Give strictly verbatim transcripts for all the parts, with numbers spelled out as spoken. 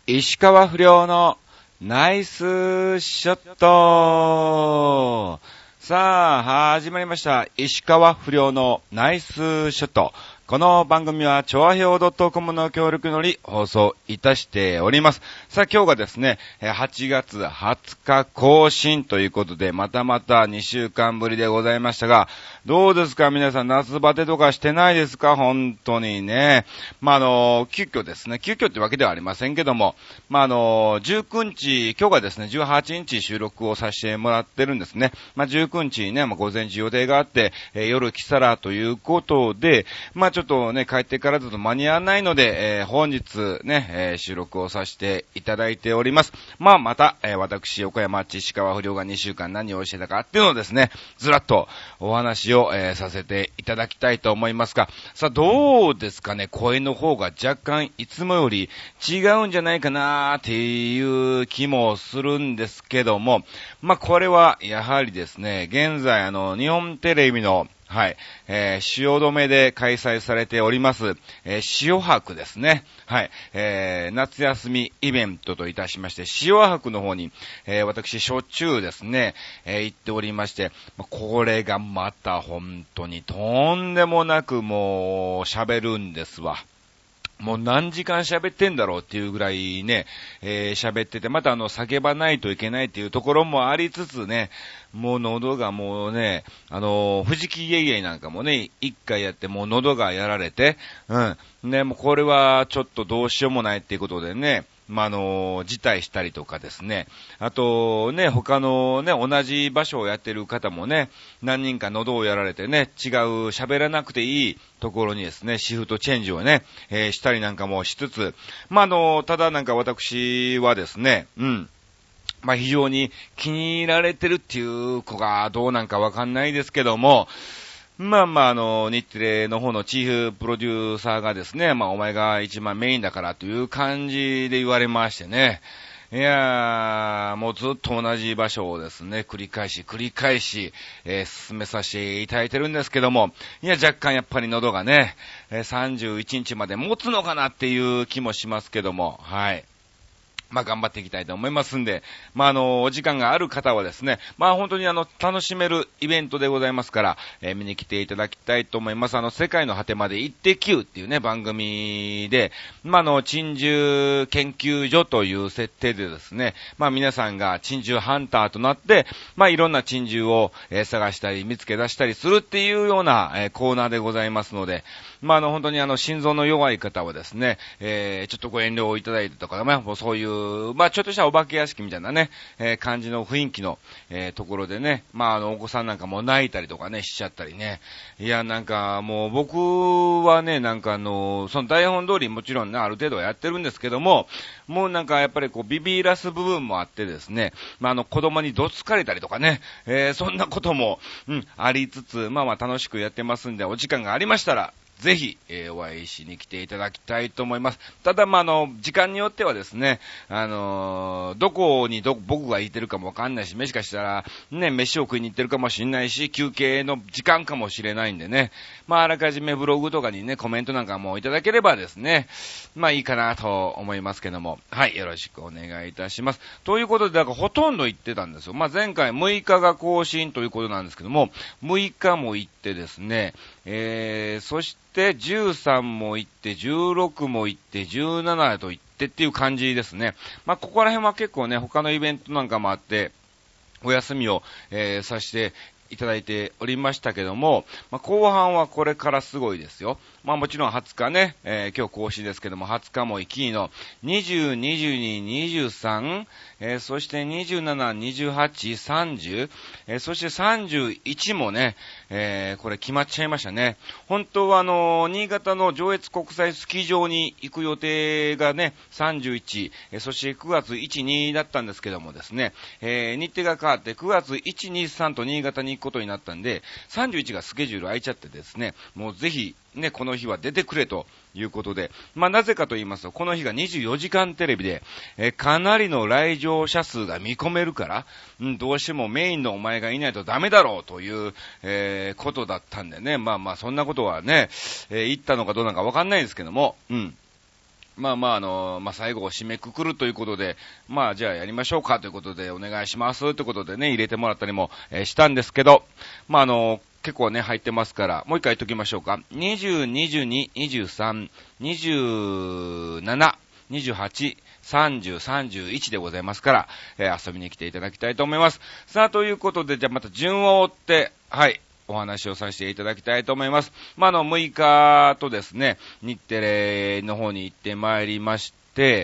石川不良のナイスショット。さあ、始まりました。石川不良のナイスショット。この番組は、チョアヘオ .com の協力のり放送いたしております。さあ、今日がですね、はちがつはつか更新ということで、またまたにしゅうかんぶりでございましたが、どうですか皆さん、夏バテとかしてないですか本当にね。まあ、あの、急遽ですね、急遽ってわけではありませんけども、まあ、あの、じゅうくにち、今日がですね、じゅうはちにち収録をさせてもらってるんですね。まあ、じゅうくにちにね、まあ、午前中予定があって、えー、夜来たらということで、まあ、ちょっとね、帰ってからだと間に合わないので、えー、本日ね、えー、収録をさせていただいております。まあ、また、えー、私、横山千石川不良がにしゅうかん何をしてたかっていうのをですね、ずらっとお話を、えー、させていただきたいと思いますが、さあ、どうですかね、声の方が若干いつもより違うんじゃないかなーっていう気もするんですけども、まあ、これはやはりですね、現在あの、日本テレビのはい。えー、汐留で開催されております、えー、塩博ですね。はい。えー、夏休みイベントといたしまして、塩博の方に、えー、私、しょっちゅうですね、えー、行っておりまして、これがまた本当にとんでもなくもう喋るんですわ。もう何時間喋ってんだろうっていうぐらいね、えー、喋ってて、またあの、叫ばないといけないっていうところもありつつね、もう喉がもうね、あのー、藤木イエイエイなんかもね、一回やってもう喉がやられて、うん。ね、もうこれはちょっとどうしようもないっていうことでね、まあ、あのー、辞退したりとかですね。あと、ね、他のね、同じ場所をやってる方もね、何人か喉をやられてね、違う喋らなくていいところにですね、シフトチェンジをね、えー、したりなんかもしつつ、まあ、あのー、ただなんか私はですね、うん。まあ、非常に気に入られてるっていう子がどうなんかわかんないですけども、まあまあ、あの、日テレの方のチーフプロデューサーがですね、まあお前が一番メインだからという感じで言われましてね。いやー、もうずっと同じ場所をですね、繰り返し繰り返し、えー、進めさせていただいてるんですけども、いや、若干やっぱり喉がね、えー、さんじゅういちにちまで持つのかなっていう気もしますけども、はい。まあ、頑張っていきたいと思いますんで、まあ、あの、お時間がある方はですね、まあ、本当にあの、楽しめるイベントでございますから、えー、見に来ていただきたいと思います。あの、世界の果てまで行ってきゅうっていうね、番組で、まあ、あの、珍獣研究所という設定でですね、まあ、皆さんが珍獣ハンターとなって、まあ、いろんな珍獣を、えー、探したり、見つけ出したりするっていうような、えー、コーナーでございますので、まあ、あの、本当にあの、心臓の弱い方はですね、えー、ちょっとご遠慮をいただいてとか、まあ、もうそういう、まあ、ちょっとしたお化け屋敷みたいなね、えー、感じの雰囲気の、えー、ところでね、まあ、あの、お子さんなんかも泣いたりとかね、しちゃったりね。いや、なんか、もう僕はね、なんかあの、その台本通りもちろんね、ある程度はやってるんですけども、もうなんかやっぱりこう、ビビらす部分もあってですね、まあ、あの、子供にどつかれたりとかね、えー、そんなことも、うん、ありつつ、まあまあ楽しくやってますんで、お時間がありましたら、ぜひ、えー、お会いしに来ていただきたいと思います。ただ、まあ、あの、時間によってはですね、あのー、どこにど、僕がいてるかもわかんないし、もしかしたら、ね、飯を食いに行ってるかもしれないし、休憩の時間かもしれないんでね、まあ、あらかじめブログとかにね、コメントなんかもいただければですね、まあ、いいかなと思いますけども、はい、よろしくお願いいたします。ということで、だからほとんど行ってたんですよ。まあ、前回むいかが更新ということなんですけども、むいかも行ってですね、えー、そして、で、じゅうさんも行って、じゅうろくも行って、じゅうななと行ってっていう感じですね。まあ、ここら辺は結構ね、他のイベントなんかもあって、お休みを、えー、させていただいておりましたけども、まあ、後半はこれからすごいですよ。まあもちろんはつかね、えー、今日更新ですけども、はつかも行きのにじゅう、にじゅうに、にじゅうさん、えー、そしてにじゅうなな、にじゅうはち、さんじゅう、えー、そしてさんじゅういちもね、えー、これ決まっちゃいましたね。本当はあのー、新潟の上越国際スキー場に行く予定がね、さんじゅういち、えー、そしてくがついち、にだったんですけどもですね、えー、日程が変わってくがついち、に、さんと新潟に行くことになったんで、さんじゅういちがスケジュール空いちゃってですね、もうぜひ、ね、この日は出てくれということで、まあ、なぜかと言いますと、この日がにじゅうよじかんテレビで、えー、かなりの来場者数が見込めるから、うん、どうしてもメインのお前がいないとダメだろうという、えー、ことだったんでね、まあまあ、そんなことはね、えー、言ったのかどうなのかわかんないですけども、うん。 まあまあ、あの、まあ最後を締めくくるということで、まあじゃあやりましょうかということでお願いしますということでね、入れてもらったりも、えー、したんですけど、まああの、結構ね、入ってますから、もう一回言っときましょうか。にじゅう、にじゅうに、にじゅうさん、にじゅうなな、にじゅうはち、さんじゅう、さんじゅういちでございますから、えー、遊びに来ていただきたいと思います。さあ、ということで、じゃあまた順を追って、はい。お話をさせていただきたいと思います。まあ、あの、むいかとですね、日テレの方に行ってまいりまして、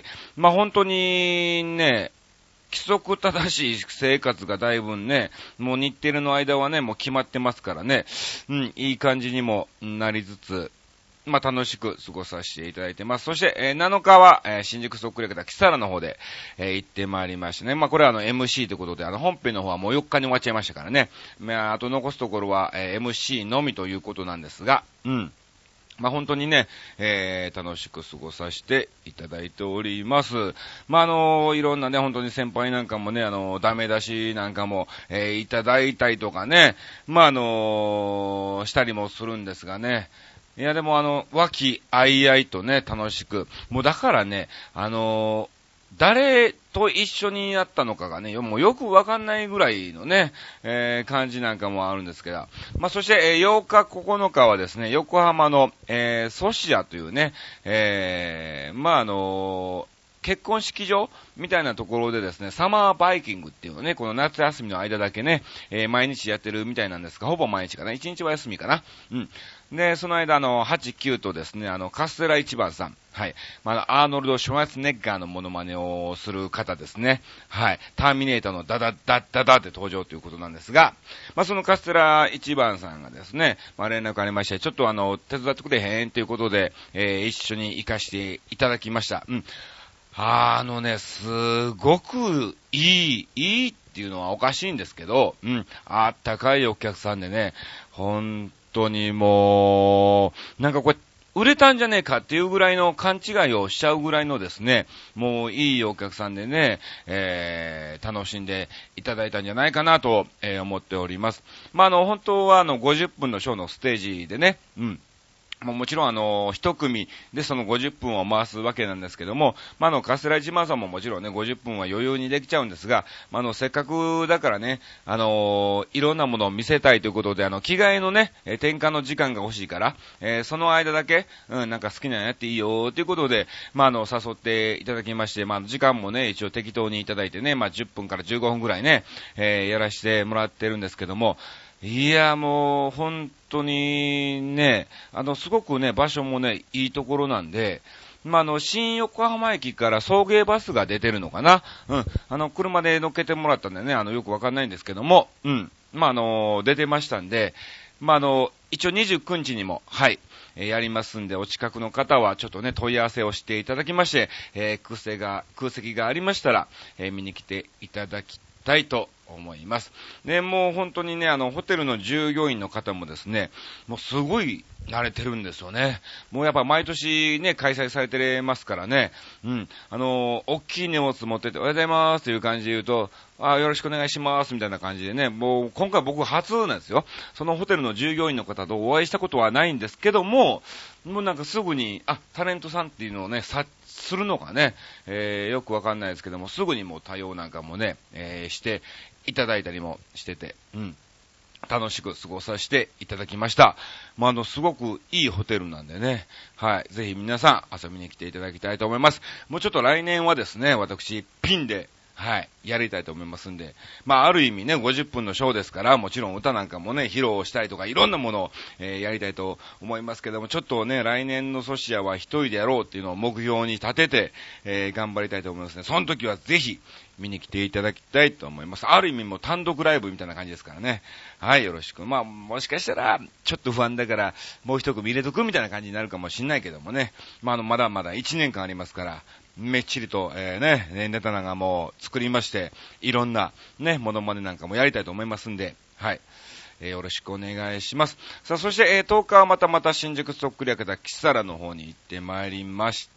まあ、本当にね、規則正しい生活がだいぶね、もう日テレの間はね、もう決まってますからね、うん、いい感じにもなりつつ、まあ、楽しく過ごさせていただいてます。そして、えー、なのかは、えー、新宿ソックレクターキサラの方で、えー、行ってまいりましたね。まあ、これはあの エムシー ということで、あの本編の方はもうよっかに終わっちゃいましたからね。まあ、あと残すところは、えー、エムシー のみということなんですが、うん。まあ、本当にね、えー、楽しく過ごさせていただいております。まあ、あのー、いろんなね、本当に先輩なんかもね、あのー、ダメ出しなんかも、えー、いただいたりとかね、まあ、あのー、したりもするんですがね、いやでもあの、和気あいあいとね、楽しく。もうだからね、あのー、誰と一緒にやったのかがね、もうよくわかんないぐらいのね、えー、感じなんかもあるんですけど。まあ、そして、えー、ようかここのかはですね、横浜の、えー、ソシアというね、えー、まあ、あのー、結婚式場みたいなところでですね、サマーバイキングっていうのね、この夏休みの間だけね、えー、毎日やってるみたいなんですが、ほぼ毎日かな。いちにちは休みかな。うん。で、その間、あの、はち、きゅうとですね、あの、カステラ一番さん。はい。まあ、アーノルド・シュワルツェネッガーのモノマネをする方ですね。はい。ターミネーターのダダダッダダって登場ということなんですが、まあ、そのカステラ一番さんがですね、まあ、連絡ありまして、ちょっとあの、手伝ってくれへんということで、えー、一緒に行かしていただきました。うん。あのね、すごくいい、いいっていうのはおかしいんですけど、うん。あったかいお客さんでね、ほん本当にもう、なんかこれ、売れたんじゃねえかっていうぐらいの勘違いをしちゃうぐらいのですね、もういいお客さんでね、えー、楽しんでいただいたんじゃないかなと、えー、思っております。まあ、あの、本当はあの、ごじゅっぷんのショーのステージでね、うん。も, もちろんあの、一組でそのごじゅっぷんを回すわけなんですけども、まあ、あの、カステラ一番さんももちろんね、ごじゅっぷんは余裕にできちゃうんですが、まあ、あの、せっかくだからね、あのー、いろんなものを見せたいということで、あの、着替えのね、えー、転換の時間が欲しいから、えー、その間だけ、うん、なんか好きなのやっていいよ、ということで、まあ、あの、誘っていただきまして、まあ、時間もね、一応適当にいただいてね、まあ、じゅっぷんからじゅうごふんぐらいね、えー、やらせてもらってるんですけども、いや、もう、本当にね、あの、すごくね、場所もね、いいところなんで、まあ、あの、新横浜駅から送迎バスが出てるのかな。うん。あの、車で乗っけてもらったんでね、あの、よくわかんないんですけども、うん。まあ、あの、出てましたんで、まあ、あの、一応にじゅうくにちにも、はい、えー、やりますんで、お近くの方はちょっとね、問い合わせをしていただきまして、えー、空席が、空席がありましたら、えー、見に来ていただきたいと思います。で、もう本当にね、あの、ホテルの従業員の方もですね、もうすごい慣れてるんですよね。もうやっぱ毎年ね、開催されてますからね、うん、あの、大きい荷物持ってて、おはようございますという感じで言うと、あ、よろしくお願いしますみたいな感じでね、もう今回僕初なんですよ。そのホテルの従業員の方とお会いしたことはないんですけども、もうなんかすぐに、あ、タレントさんっていうのをね、察するのかね、えー、よくわかんないですけども、すぐにもう対応なんかもね、えー、していただいたりもしてて、うん。楽しく過ごさせていただきました。まあ、あの、すごくいいホテルなんでね。はい。ぜひ皆さん遊びに来ていただきたいと思います。もうちょっと来年はですね、私、ピンで、はい、やりたいと思いますんで。まあ、ある意味ね、ごじゅっぷんのショーですから、もちろん歌なんかもね、披露したりとか、いろんなものを、えー、やりたいと思いますけども、ちょっとね、来年のソシアは一人でやろうっていうのを目標に立てて、えー、頑張りたいと思いますね。その時はぜひ、見に来ていただきたいと思います。ある意味もう単独ライブみたいな感じですからね。はい、よろしく。まあ、もしかしたら、ちょっと不安だから、もう一組入れとくみたいな感じになるかもしんないけどもね。まあ、あの、まだまだいちねんかんありますから、めっちりと、えー、ね、ネタなんかも作りまして、いろんな、ね、モノマネなんかもやりたいと思いますんで、はい。えー、よろしくお願いします。さあ、そして、えー、とおかはまたまた新宿ストックリアクタキサラの方に行ってまいりました。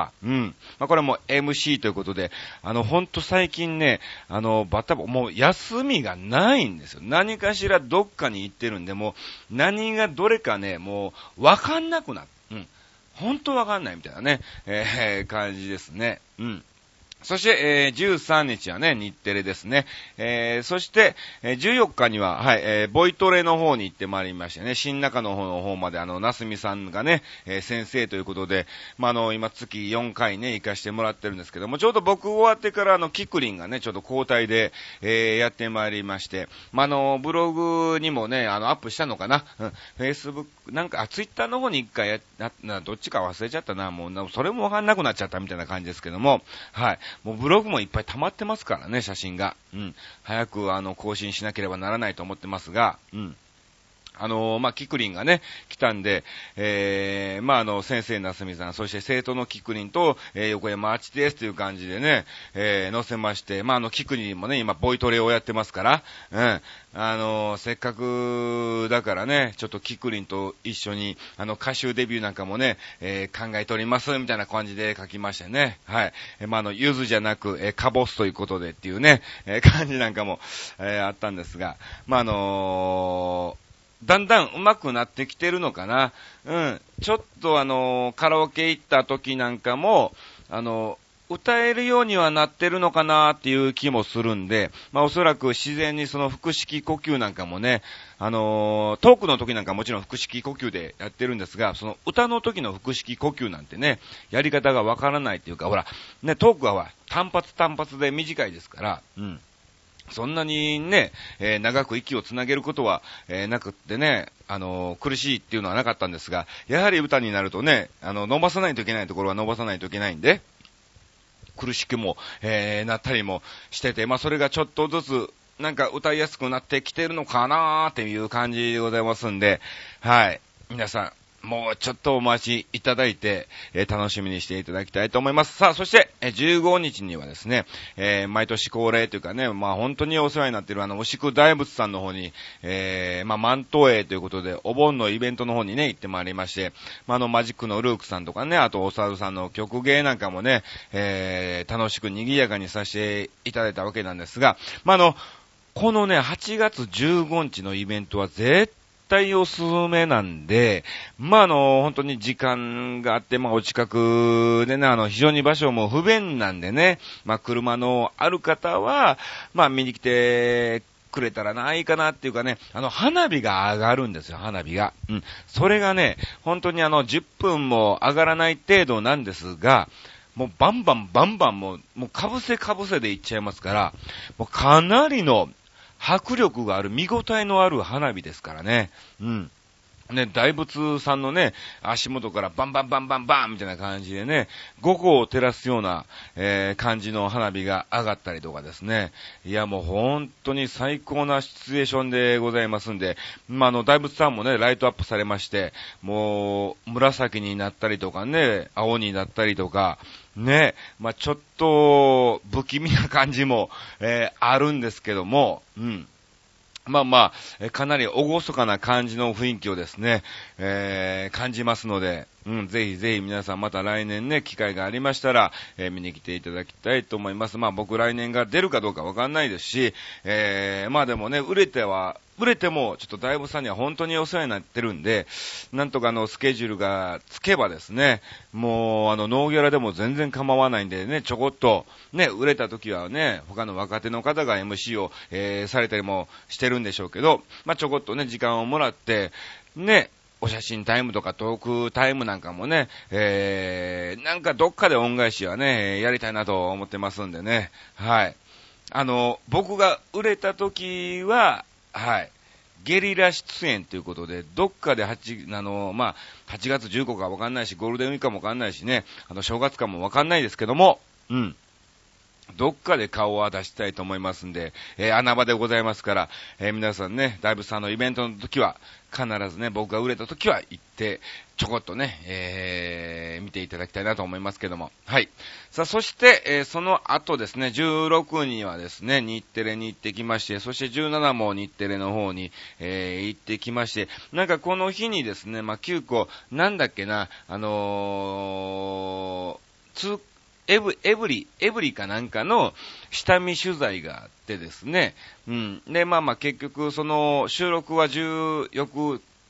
うん。まあ、これも エムシー ということで、あの、ほんと最近ね、あの、バタバタ、もう休みがないんですよ。何かしらどっかに行ってるんで、もう、何がどれかね、もう、わかんなくなる。うん。 本当わかんないみたいなね、えー、感じですね。うん。そして、えー、じゅうさんにちはね、日テレですね。えー、そして、えー、じゅうよっかには、はい、えー、ボイトレの方に行ってまいりましてね、新中野の方まで、あの、なすみさんがね、えー、先生ということで、まあ、あの、今月よんかいね、行かしてもらってるんですけども、ちょうど僕終わってから、あの、キクリンがね、ちょっと交代で、えー、やってまいりまして、まあ、あの、ブログにもね、あの、アップしたのかな、うん、フェイスブック、なんか、あ、ツイッターの方に一回や、な、どっちか忘れちゃったな、もう、それもわかんなくなっちゃったみたいな感じですけども、はい。もうブログもいっぱい溜まってますからね、写真が。うん。早く、あの、更新しなければならないと思ってますが、うん。あのー、まあ、キクリンがね、来たんで、えー、まあ、あの、先生なすみさん、そして生徒のキクリンと、えー、横山あちですという感じでね、えー、載せまして、まあ、あの、キクリンもね、今、ボイトレをやってますから、うん。あのー、せっかく、だからね、ちょっとキクリンと一緒に、あの、歌手デビューなんかもね、えー、考えております、みたいな感じで書きましてね、はい。えー、まあ、あの、ゆずじゃなく、えー、かぼすということでっていうね、えー、感じなんかも、えー、あったんですが、まあ、あのー、だんだん上手くなってきてるのかな。うん。ちょっとあの、カラオケ行った時なんかも、あの、歌えるようにはなってるのかなっていう気もするんで、まあおそらく自然にその腹式呼吸なんかもね、あのー、トークの時なんかもちろん腹式呼吸でやってるんですが、その歌の時の腹式呼吸なんてね、やり方がわからないっていうか、ほら、ね、トークはほら、単発単発で短いですから、うん。そんなにね、えー、長く息をつなげることは、えー、なくってね、あのー、苦しいっていうのはなかったんですが、やはり歌になるとね、あの、伸ばさないといけないところは伸ばさないといけないんで、苦しくも、えー、なったりもしてて、まあ、それがちょっとずつ、なんか歌いやすくなってきてるのかなーっていう感じでございますんで、はい。皆さん、もうちょっとお待ちいただいて、えー、楽しみにしていただきたいと思います。さあ、そして、えー、じゅうごにちにはですね、えー、毎年恒例というかね、まあ本当にお世話になっているあの、牛久大仏さんの方に、えー、まあ万灯会ということで、お盆のイベントの方にね、行ってまいりまして、まああの、マジックのルークさんとかね、あとおさるさんの曲芸なんかもね、えー、楽しく賑やかにさせていただいたわけなんですが、まああの、このね、はちがつじゅうごにちのイベントは絶対おすすめなんで、まあ、あの、本当に時間があって、まあ、お近くでね、あの、非常に場所も不便なんでね、まあ、車のある方は、まあ、見に来てくれたらないかなっていうかね、あの、花火が上がるんですよ、花火が。うん。それがね、本当にあの、じゅっぷんも上がらない程度なんですが、もうバンバンバンバンもう、もうかぶせかぶせでいっちゃいますから、もうかなりの、迫力がある、見応えのある花火ですからね。うん。ね、大仏さんのね、足元からバンバンバンバンバンみたいな感じでね、午後を照らすような、えー、感じの花火が上がったりとかですね。いや、もう本当に最高なシチュエーションでございますんで、まあ、あの、大仏さんもね、ライトアップされまして、もう、紫になったりとかね、青になったりとか、ね、まあ、ちょっと、不気味な感じも、えー、あるんですけども、うん。まあまあ、かなり厳かな感じの雰囲気をですね、えー、感じますので、うん、ぜひぜひ皆さんまた来年ね、機会がありましたら、えー、見に来ていただきたいと思います。まあ僕来年が出るかどうかわかんないですし、えー、まあでもね、売れては、売れても、ちょっと大仏さんには本当にお世話になってるんで、なんとかあの、スケジュールがつけばですね、もう、あの、ノーギャラでも全然構わないんでね、ちょこっと、ね、売れた時はね、他の若手の方が エムシー を、えー、されたりもしてるんでしょうけど、まあちょこっとね、時間をもらって、ね、お写真タイムとかトークタイムなんかもね、えー、なんかどっかで恩返しはね、やりたいなと思ってますんでね、はい。あの、僕が売れた時は、はい。ゲリラ出演ということで、どっかで8、あの、まあ、はちがつじゅうごかわかんないし、ゴールデンウィークかもわかんないしね、あの、正月かもわかんないですけども、うん。どっかで顔は出したいと思いますんで、えー、穴場でございますから、えー、皆さんね、大仏さんのイベントの時は、必ずね、僕が売れた時は行って、ちょこっとね、えー、見ていただきたいなと思いますけども。はい。さあ、そして、えー、その後ですね、じゅうろくにはですね、日テレに行ってきまして、そしてじゅうななも日テレの方に、えー、行ってきまして、なんかこの日にですね、まあ、きゅうこ、なんだっけな、あのー、通エブ、エブリ、エブリかなんかの下見取材があってですね。うん。で、まあまあ結局、その収録はじゅう、翌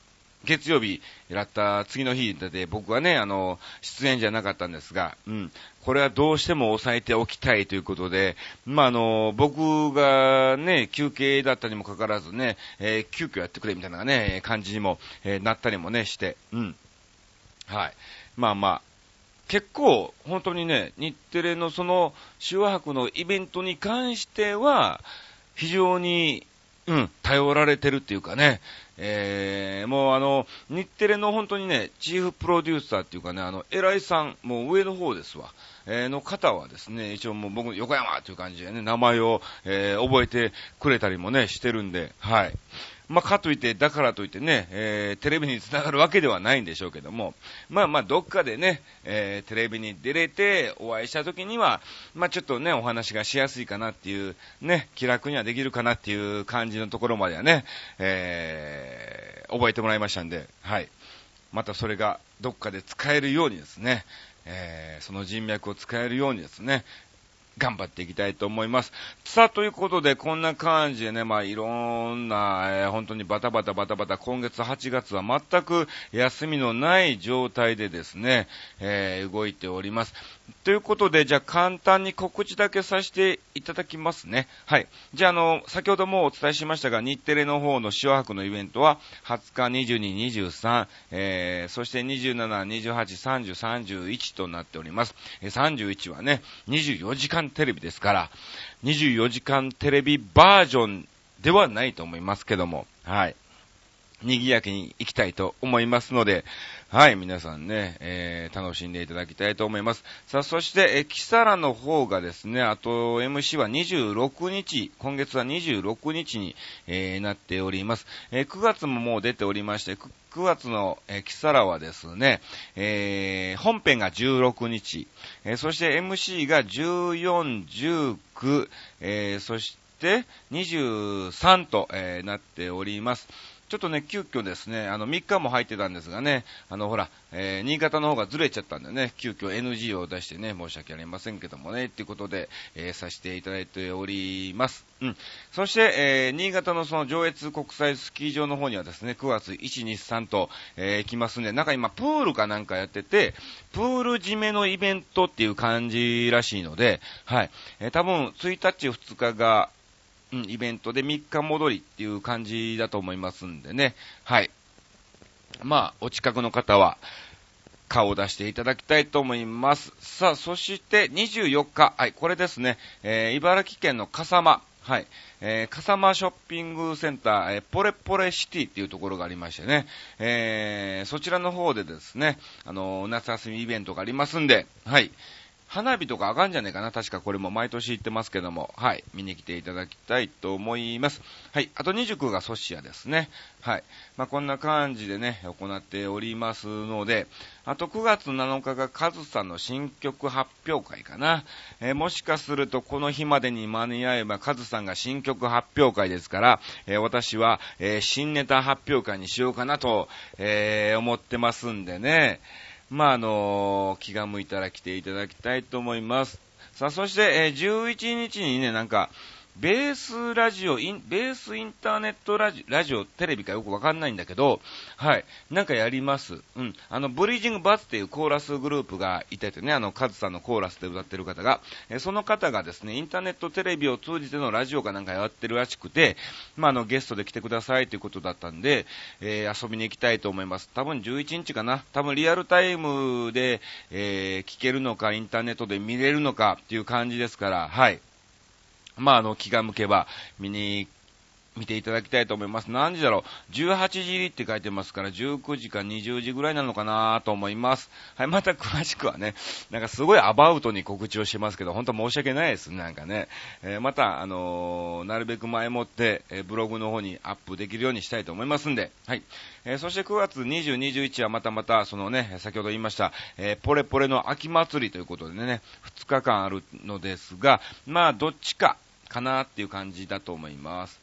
月曜日やった次の日で僕はね、あの、出演じゃなかったんですが、うん。これはどうしても抑えておきたいということで、まあ、あの、僕がね、休憩だったにもかかわらずね、えー、急遽やってくれみたいなね、感じにも、えー、なったりもね、して、うん。はい。まあまあ、結構、本当にね、日テレのその、手話博のイベントに関しては、非常に、うん、頼られてるっていうかね、えー、もうあの、日テレの本当にね、チーフプロデューサーっていうかね、あの、偉いさん、もう上の方ですわ、えー、の方はですね、一応もう僕、横山っていう感じでね、名前を、えー、覚えてくれたりもね、してるんで、はい。まあ、かといって、だからといってね、えー、テレビにつながるわけではないんでしょうけども、まあまあ、どっかでね、えー、テレビに出れてお会いした時には、まあちょっとね、お話がしやすいかなっていう、ね、気楽にはできるかなっていう感じのところまではね、えー、覚えてもらいましたんで、はい。またそれがどっかで使えるようにですね、えー、その人脈を使えるようにですね、頑張っていきたいと思います。さあ、ということで、こんな感じでね、まあ、いろんな、えー、本当にバタバタバタバタ、今月はちがつは全く休みのない状態でですね、えー、動いております。ということで、じゃあ簡単に告知だけさせていただきますね。はい。じゃあ、あの、先ほどもお伝えしましたが、日テレの方の手話博のイベントは、はつか、にじゅうに、にじゅうさん、えー、そしてにじゅうなな、にじゅうはち、さんじゅう、さんじゅういちとなっております。えー、さんじゅういちはね、にじゅうよじかんテレビですから、にじゅうよじかんテレビバージョンではないと思いますけども、はい。賑やけに行きたいと思いますので、はい、皆さんね、えー、楽しんでいただきたいと思います。さあ、そして、え、キサラの方がですね、あと エムシー はにじゅうろくにち、今月はにじゅうろくにちに、えー、なっております。えー、くがつももう出ておりまして、くがつの、えー、キサラはですね、えー、本編がじゅうろくにち、えー、そして エムシー がじゅうよん、じゅうく、えー、そしてにじゅうさんと、えー、なっております。ちょっとね、急遽ですね、あの、みっかも入ってたんですがね、あの、ほら、えー、新潟の方がずれちゃったんでね、急遽 エヌジー を出してね、申し訳ありませんけどもね、っていうことで、えー、させていただいております。うん。そして、えー、新潟のその上越国際スキー場の方にはですね、くがついち、に、さんと、えー、行きますんで、なんか今、プールかなんかやってて、プール締めのイベントっていう感じらしいので、はい。えー、多分、ついたち、ふつかが、うん、イベントでみっか戻りっていう感じだと思いますんでね。はい。まあ、お近くの方は、顔を出していただきたいと思います。さあ、そしてにじゅうよっか、はい、これですね、えー、茨城県の笠間、はい、えー、笠間ショッピングセンター、えー、ポレポレシティっていうところがありましてね、えー、そちらの方でですね、あのー、夏休みイベントがありますんで、はい、花火とかあかんじゃねえかな。確かこれも毎年行ってますけども。はい。見に来ていただきたいと思います。はい。あとにじゅうくがソシアですね。はい。まあ、こんな感じでね、行っておりますので、あとくがつなのかがカズさんの新曲発表会かな。えー、もしかするとこの日までに間に合えばカズさんが新曲発表会ですから、えー、私は、えー、新ネタ発表会にしようかなと、えー、思ってますんでね。まあ、あのー、気が向いたら来ていただきたいと思います。さあ、そして、えー、じゅういちにちにね、なんか、ベースラジオ、イン、ベースインターネットラジオ、ラジオ、テレビかよくわかんないんだけど、はい、なんかやります。うん。あの、ブリージングバツっていうコーラスグループがいててね、あの、カズさんのコーラスで歌ってる方が、えー、その方がですね、インターネットテレビを通じてのラジオかなんかやってるらしくて、まあ、あの、ゲストで来てくださいということだったんで、えー、遊びに行きたいと思います。多分じゅういちにちかな。多分リアルタイムで、えー、聞けるのか、インターネットで見れるのかっていう感じですから、はい。まあ、あの、気が向けば見に、見ていただきたいと思います。何時だろう ?じゅうはちじ入りって書いてますから、じゅうくじかにじゅうじぐらいなのかなと思います。はい、また詳しくはね、なんかすごいアバウトに告知をしてますけど、本当申し訳ないですね、なんかね。えー、また、あのー、なるべく前もって、えー、ブログの方にアップできるようにしたいと思いますんで、はい。えー、そしてくがつにじゅう、にじゅういちはまたまた、そのね、先ほど言いました、えー、ポレポレの秋祭りということでね、ふつかかんあるのですが、まあ、どっちか、かなっていう感じだと思います。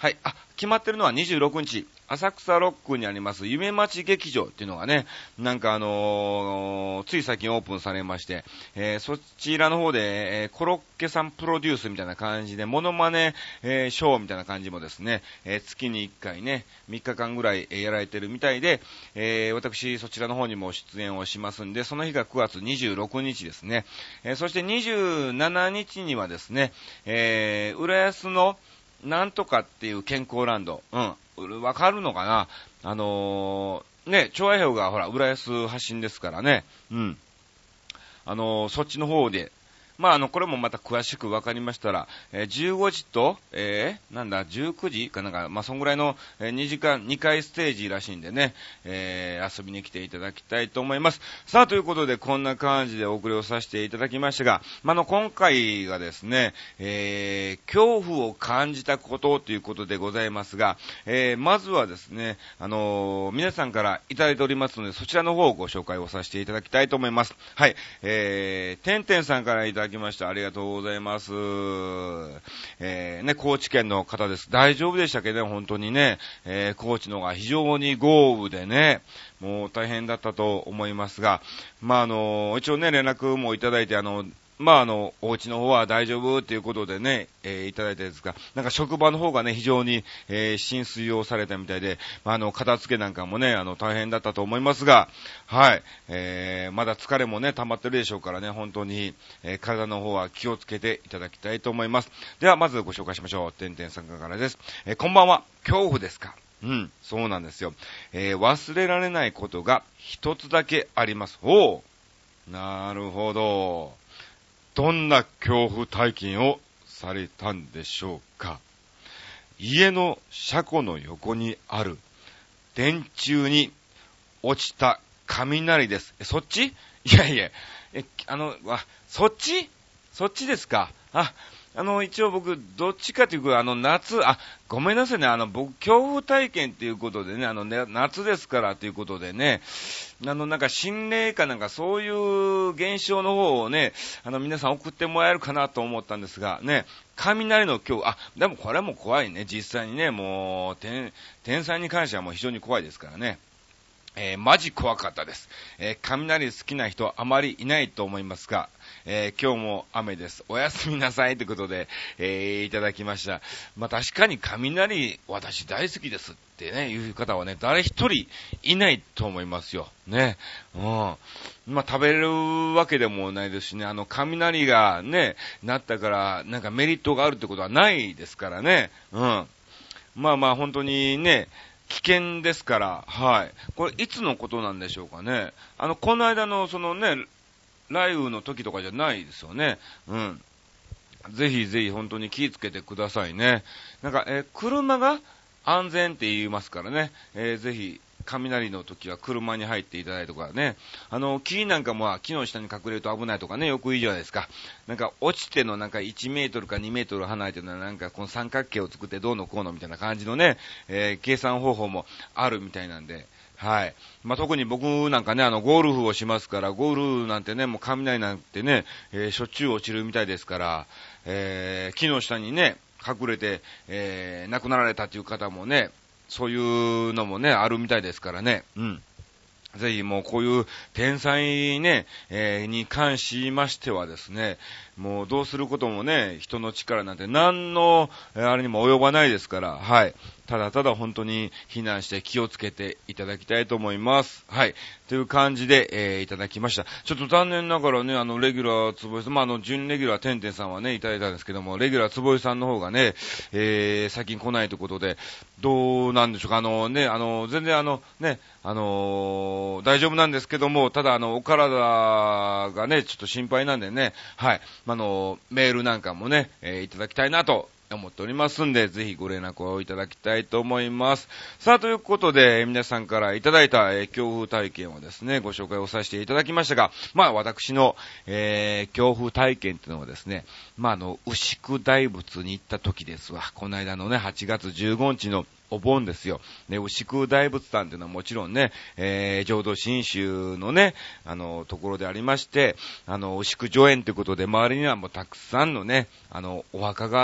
はい。あ、決まってるのはにじゅうろくにち、浅草ロックにあります夢町劇場っていうのがね、なんかあのー、つい最近オープンされまして、えー、そちらの方で、えー、コロッケさんプロデュースみたいな感じで、モノマネ、えー、ショーみたいな感じもですね、えー、月にいっかいね、みっかかんぐらい、えー、やられてるみたいで、えー、私そちらの方にも出演をしますんで、その日がくがつにじゅうろくにちですね。えー、そしてにじゅうしちにちにはですね、えー、浦安のなんとかっていう健康ランド。うん。わかるのかな？あのー、ね、調和表がほら、浦安発信ですからね。うん。あのー、そっちの方で、まあ、あの、これもまた詳しくわかりましたら、えー、じゅうごじと、えー、なんだ、じゅうくじかなんか、まあ、そんぐらいの、えー、にじかん、にかいステージらしいんでね、えー、遊びに来ていただきたいと思います。さあ、ということで、こんな感じでお送りをさせていただきましたが、まあ、あの、今回がですね、えー、恐怖を感じたことということでございますが、えー、まずはですね、あのー、皆さんからいただいておりますので、そちらの方をご紹介をさせていただきたいと思います。はい、えー、てんてんさんからいただいていただきました。ありがとうございます。えー、ね、高知県の方です。大丈夫でしたっけね、本当にね。えー、高知のが非常に豪雨でね、もう大変だったと思いますが、まあ、あの、一応ね、連絡もいただいて、あの、まあ、あの、お家の方は大丈夫っていうことでね、えー、いただいたんですが、なんか職場の方がね、非常に、えー、浸水をされたみたいで、まあ、あの、片付けなんかもね、あの、大変だったと思いますが、はい、えー、まだ疲れもね、溜まってるでしょうからね、本当に、えー、体の方は気をつけていただきたいと思います。では、まずご紹介しましょう。てんてんさんからです。えー、こんばんは。恐怖ですか？うん、そうなんですよ。えー、忘れられないことが一つだけあります。おー、なるほど。どんな恐怖体験をされたんでしょうか。家の車庫の横にある電柱に落ちた雷です。え、そっち？いやいや、え、あの、わ、そっち？そっちですか。あ、あの、一応僕、どっちかというと、あの、夏、あ、ごめんなさいね、あの、僕、恐怖体験っていうことでね、あのね、夏ですからということでね、あの、なんか心霊かなんかそういう現象の方をね、あの、皆さん送ってもらえるかなと思ったんですが、ね、雷の恐怖、あ、でもこれはもう怖いね、実際にね、もう、天、天才に関してはもう非常に怖いですからね。えー、マジ怖かったです。えー、雷好きな人あまりいないと思いますが、えー、今日も雨です。おやすみなさいということで、えー、いただきました。まあ、確かに雷、私大好きですってね、いう方はね、誰一人いないと思いますよ。ね。うん。まあ、食べるわけでもないですしね、あの、雷がね、なったから、なんかメリットがあるってことはないですからね。うん。まあまあ、本当にね、危険ですから、はい。これ、いつのことなんでしょうかね。あの、この間の、そのね、雷雨の時とかじゃないですよね。うん。ぜひぜひ本当に気をつけてくださいね。なんか、えー、車が安全って言いますからね。えー、ぜひ、雷の時は車に入っていただいてとかね。あの、木なんかも木の下に隠れると危ないとかね、よく言うじゃないですか。なんか落ちてのなんかいちメートルかにメートル離れてるのはなんかこの三角形を作ってどうのこうのみたいな感じのね、えー、計算方法もあるみたいなんで、はい。まあ、特に僕なんかね、あの、ゴルフをしますから、ゴルフなんてね、もう雷なんてね、えー、しょっちゅう落ちるみたいですから、えー、木の下にね、隠れて、えー、亡くなられたという方もね、そういうのもね、あるみたいですからね。うん。ぜひもうこういう天才ね、えー、に関しましてはですね、もうどうすることもね、人の力なんて何の、あれにも及ばないですから、はい。ただただ本当に避難して気をつけていただきたいと思います。はい。という感じで、えー、いただきました。ちょっと残念ながらね、あの、レギュラーつぼいさん、まあ、あの、準レギュラーてんてんさんはね、いただいたんですけども、レギュラーつぼいさんの方がね、えー、最近来ないということで、どうなんでしょうか、あのね、あの、全然あの、ね、あのー、大丈夫なんですけども、ただあの、お体がね、ちょっと心配なんでね、はい。あの、メールなんかもね、えー、いただきたいなと思っておりますんで、ぜひご連絡をいただきたいと思います。さあ、ということで、皆さんからいただいた、えー、恐怖体験をですね、ご紹介をさせていただきましたが、まあ、私の、えー、恐怖体験っていうのはですね、まあ、あの、牛久大仏に行った時ですわ。この間のね、はちがつじゅうごにちのお盆ですよ。ね、牛久大仏さんっていうのはもちろんね、えー、浄土真宗のね、あの、ところでありまして、あの、牛久除縁ということで、周りにはもうたくさんのね、あの、お墓があって、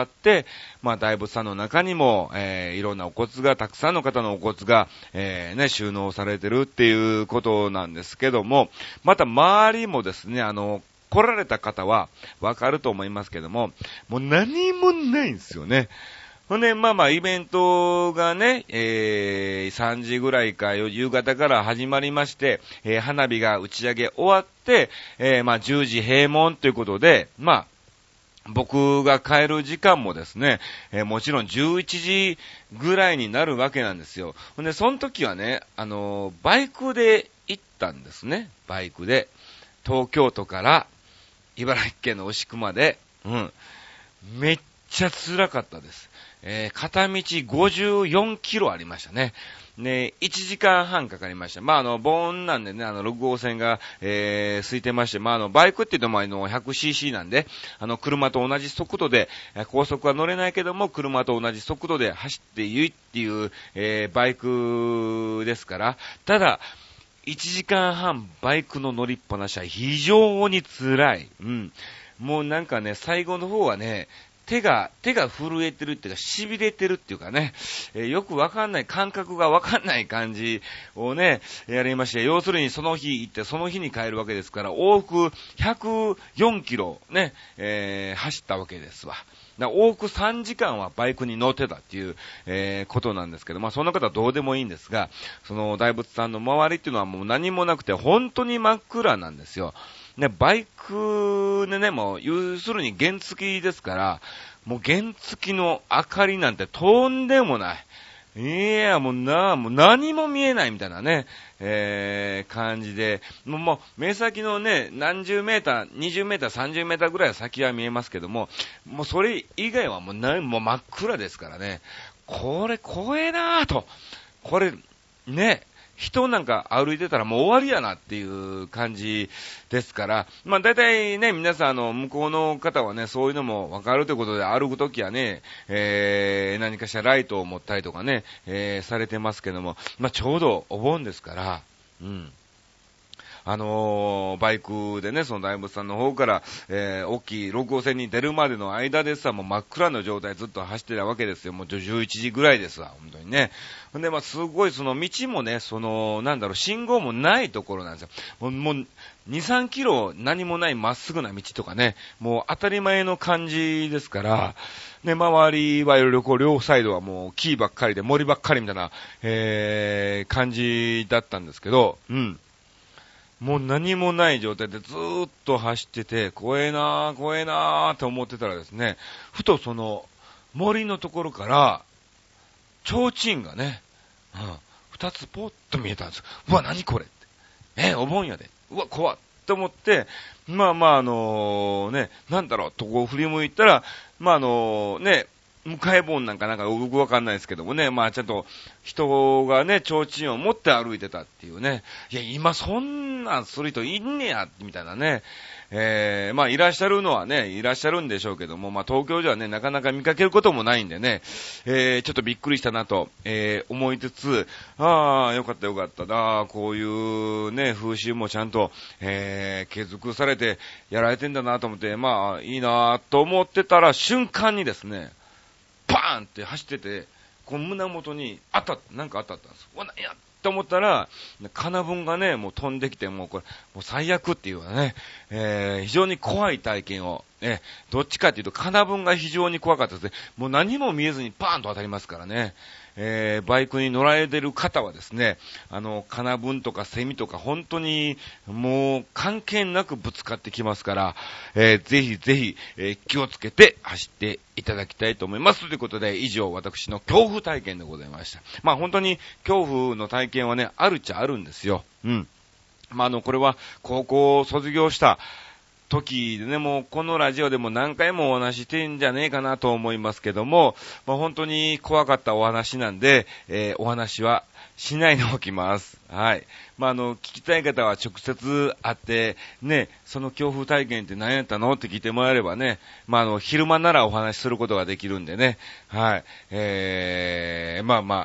まあ大仏さんの中にも、えー、いろんなお骨が、たくさんの方のお骨が、えー、ね、収納されてるっていうことなんですけども、また周りもですね、あの、来られた方はわかると思いますけども、もう何もないんですよね。ほんで、まあまあ、イベントがね、えー、さんじぐらいか、夕方から始まりまして、えー、花火が打ち上げ終わって、えー、まあ、じゅうじ閉門ということで、まあ、僕が帰る時間もですね、えー、もちろんじゅういちじぐらいになるわけなんですよ。ほんで、その時はね、あのー、バイクで行ったんですね。バイクで。東京都から茨城県の牛久まで、うん。めっちゃ辛かったです。えー、片道ごじゅうよんキロありましたね。ね、いちじかんはんかかりました。まあ、あの、防音なんでね、あの、ろくごうせんが、えー、空いてまして、まあ、あの、バイクって言うと、まあ、あの、ひゃくシーシー なんで、あの、車と同じ速度で、高速は乗れないけども、車と同じ速度で走っていいっていう、えー、バイクですから、ただ、いちじかんはんバイクの乗りっぱなしは非常に辛い。うん。もうなんかね、最後の方はね、手が、手が震えてるっていうか、痺れてるっていうかね、えー、よくわかんない、感覚がわかんない感じをね、やりまして、要するにその日行って、その日に帰るわけですから、往復ひゃくよんキロね、えー、走ったわけですわ。だ往復さんじかんはバイクに乗ってたっていう、えー、ことなんですけど、まあそんな方はどうでもいいんですが、その大仏さんの周りっていうのはもう何もなくて、本当に真っ暗なんですよ。ね、バイクでね、もう、要するに原付きですから、もう原付きの明かりなんてとんでもない。いや、もうな、もう何も見えないみたいなね、えー、感じで、もう、もう、目先のね、何十メーター、にじゅうメーター、さんじゅうメーターぐらいは先は見えますけども、もうそれ以外はもうな、もう真っ暗ですからね、これ怖えなぁと、これ、ね、人なんか歩いてたらもう終わりやなっていう感じですから、まあ大体ね、皆さんあの、向こうの方はね、そういうのもわかるということで歩くときはね、えー、何かしらライトを持ったりとかね、えー、されてますけども、まあちょうどお盆ですから、うん。あのー、バイクでね、その大仏さんの方から、えー、大きいろくごうせんに出るまでの間でさ、もう真っ暗な状態ずっと走ってたわけですよ。もうじゅういちじぐらいですわ、本当にね。ほんで、まあ、すごいその道もね、その、なんだろう、信号もないところなんですよ。もう、もうに、さんキロ何もないまっすぐな道とかね、もう当たり前の感じですから、ね、周りは両両サイドはもう木ばっかりで森ばっかりみたいな、えー、感じだったんですけど、うん。もう何もない状態でずーっと走ってて、怖えなー、怖えなーって思ってたらですね、ふとその森のところから、提灯がね、うん、二つポッと見えたんですよ。うわ、何これって。え、お盆やで。うわ、怖っと思って、まあまああのー、ね、なんだろうとこう振り向いたら、まああのー、ね、向かい盆なんかなんかよくわかんないですけどもね、まあちょっと人がね、提灯を持って歩いてたっていうね、いや、今そんなんする人いんねや、みたいなね、えー、まあいらっしゃるのはね、いらっしゃるんでしょうけども、まあ東京ではね、なかなか見かけることもないんでね、えー、ちょっとびっくりしたなと、えー、思いつつ、ああ、よかったよかったな、こういうね、風習もちゃんと、えー、継続されてやられてんだなと思って、まあいいなと思ってたら瞬間にですね、バーンって走ってて、この胸元に当たった、なんか当たったんです。うわ、なんやって思ったら、金分がね、もう飛んできて、もうこれ、もう最悪っていうね、えー、非常に怖い体験を、ね、どっちかっていうと、金分が非常に怖かったですね。もう何も見えずにパーンと当たりますからね。えー、バイクに乗られてる方はですね、あの、金分とかセミとか本当にもう関係なくぶつかってきますから、えー、ぜひぜひ、えー、気をつけて走っていただきたいと思います。ということで、以上私の恐怖体験でございました。まあ本当に恐怖の体験はね、あるっちゃあるんですよ。うん。まああの、これは高校を卒業した時でね、もうこのラジオでも何回もお話ししてんじゃねえかなと思いますけども、まあ、本当に怖かったお話なんで、えー、お話はしないでおきます。はい。まあ、あの、聞きたい方は直接会って、ね、その恐怖体験って何やったのって聞いてもらえればね、まあ、あの、昼間ならお話しすることができるんでね、はい。えー、まあまあ、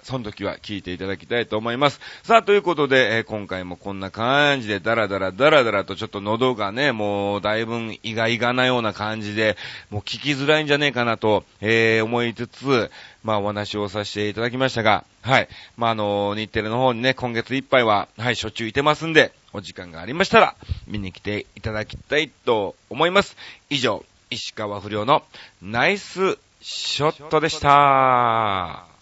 その時は聞いていただきたいと思います。さあ、ということで、えー、今回もこんな感じでダラダラダラダラとちょっと喉がね、もうだいぶイガイガなような感じで、もう聞きづらいんじゃねえかなと、えー、思いつつ、まあお話をさせていただきましたが、はい。まああの、日テレの方にね、今月いっぱいは、はい、しょっちゅういてますんで、お時間がありましたら、見に来ていただきたいと思います。以上、石川不良のナイスショットでした。